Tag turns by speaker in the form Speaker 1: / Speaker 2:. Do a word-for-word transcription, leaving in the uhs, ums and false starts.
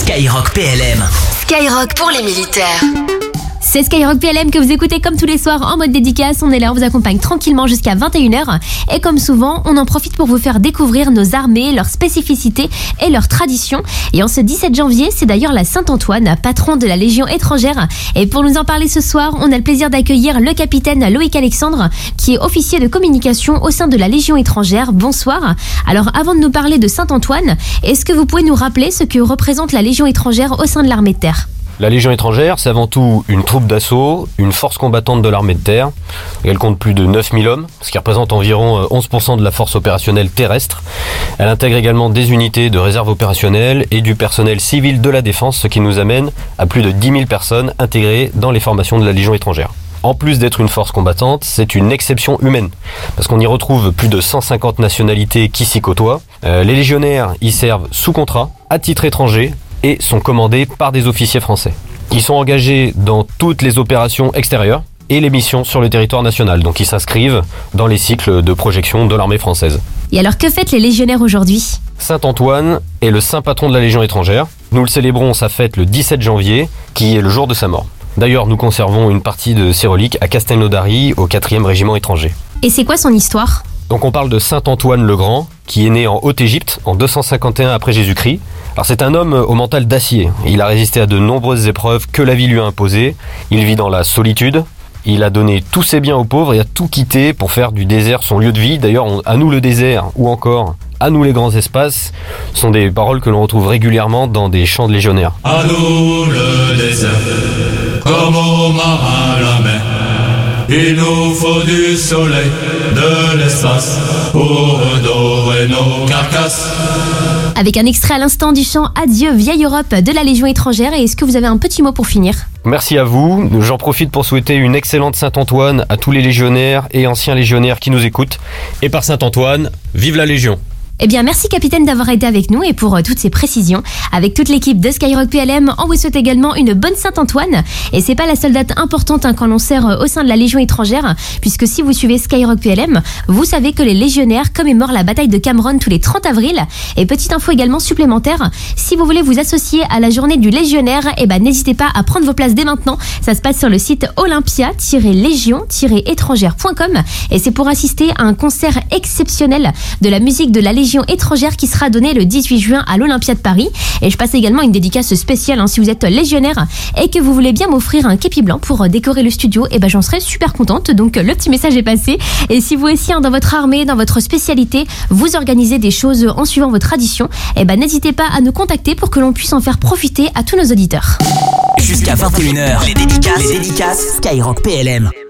Speaker 1: Skyrock P L M.
Speaker 2: Skyrock pour les militaires.
Speaker 3: C'est Skyrock P L M que vous écoutez comme tous les soirs en mode dédicace. On est là, on vous accompagne tranquillement jusqu'à vingt et une heures. Et comme souvent, on en profite pour vous faire découvrir nos armées, leurs spécificités et leurs traditions. Et en ce dix-sept janvier, c'est d'ailleurs la Saint-Antoine, patron de la Légion étrangère. Et pour nous en parler ce soir, on a le plaisir d'accueillir le capitaine Loïc Alexandre, qui est officier de communication au sein de la Légion étrangère. Bonsoir. Alors avant de nous parler de Saint-Antoine, est-ce que vous pouvez nous rappeler ce que représente la Légion étrangère au sein de l'armée de terre ?
Speaker 4: La Légion étrangère, c'est avant tout une troupe d'assaut, une force combattante de l'armée de terre. Elle compte plus de neuf mille hommes, ce qui représente environ onze pour cent de la force opérationnelle terrestre. Elle intègre également des unités de réserve opérationnelle et du personnel civil de la défense, ce qui nous amène à plus de dix mille personnes intégrées dans les formations de la Légion étrangère. En plus d'être une force combattante, c'est une exception humaine, parce qu'on y retrouve plus de cent cinquante nationalités qui s'y côtoient. Euh, les légionnaires y servent sous contrat, à titre étranger, et sont commandés par des officiers français. Ils sont engagés dans toutes les opérations extérieures et les missions sur le territoire national, donc ils s'inscrivent dans les cycles de projection de l'armée française.
Speaker 3: Et alors que fêtent les légionnaires aujourd'hui ?
Speaker 4: Saint-Antoine est le saint patron de la Légion étrangère. Nous le célébrons sa fête le dix-sept janvier, qui est le jour de sa mort. D'ailleurs, nous conservons une partie de ses reliques à Castelnaudary, au quatrième régiment étranger.
Speaker 3: Et c'est quoi son histoire ?
Speaker 4: Donc on parle de Saint-Antoine le Grand, qui est né en Haute-Égypte en deux cent cinquante et un après Jésus-Christ. Alors c'est un homme au mental d'acier. Il a résisté à de nombreuses épreuves que la vie lui a imposées. Il vit dans la solitude. Il a donné tous ses biens aux pauvres et a tout quitté pour faire du désert son lieu de vie. D'ailleurs, on, à nous le désert, ou encore à nous les grands espaces, sont des paroles que l'on retrouve régulièrement dans des chants de légionnaires.
Speaker 5: À nous le désert, comme aux marins la mer. Il nous faut du soleil, de l'espace, pour redorer nos carcasses.
Speaker 3: Avec un extrait à l'instant du chant Adieu vieille Europe de la Légion étrangère. Et est-ce que vous avez un petit mot pour finir ?
Speaker 4: Merci à vous. J'en profite pour souhaiter une excellente Saint-Antoine à tous les légionnaires et anciens légionnaires qui nous écoutent. Et par Saint-Antoine, vive la Légion!
Speaker 3: Eh bien, merci capitaine d'avoir été avec nous et pour euh, toutes ces précisions. Avec toute l'équipe de Skyrock P L M, on vous souhaite également une bonne Saint-Antoine. Et c'est pas la seule date importante hein, quand l'on sert euh, au sein de la Légion étrangère, puisque si vous suivez Skyrock P L M, vous savez que les légionnaires commémorent la bataille de Cameron tous les trente avril. Et petite info également supplémentaire, si vous voulez vous associer à la journée du légionnaire, eh ben n'hésitez pas à prendre vos places dès maintenant. Ça se passe sur le site olympia tiret légion tiret étrangère point com et c'est pour assister à un concert exceptionnel de la musique de la Légion étrangère qui sera donnée le dix-huit juin à l'Olympia de Paris. Et je passe également une dédicace spéciale hein, si vous êtes légionnaire et que vous voulez bien m'offrir un képi blanc pour décorer le studio, et ben j'en serais super contente. Donc le petit message est passé. Et si vous aussi hein, dans votre armée, dans votre spécialité, vous organisez des choses en suivant vos traditions, et ben n'hésitez pas à nous contacter pour que l'on puisse en faire profiter à tous nos auditeurs.
Speaker 1: Jusqu'à vingt et une heures, les dédicaces, les dédicaces Skyrock P L M.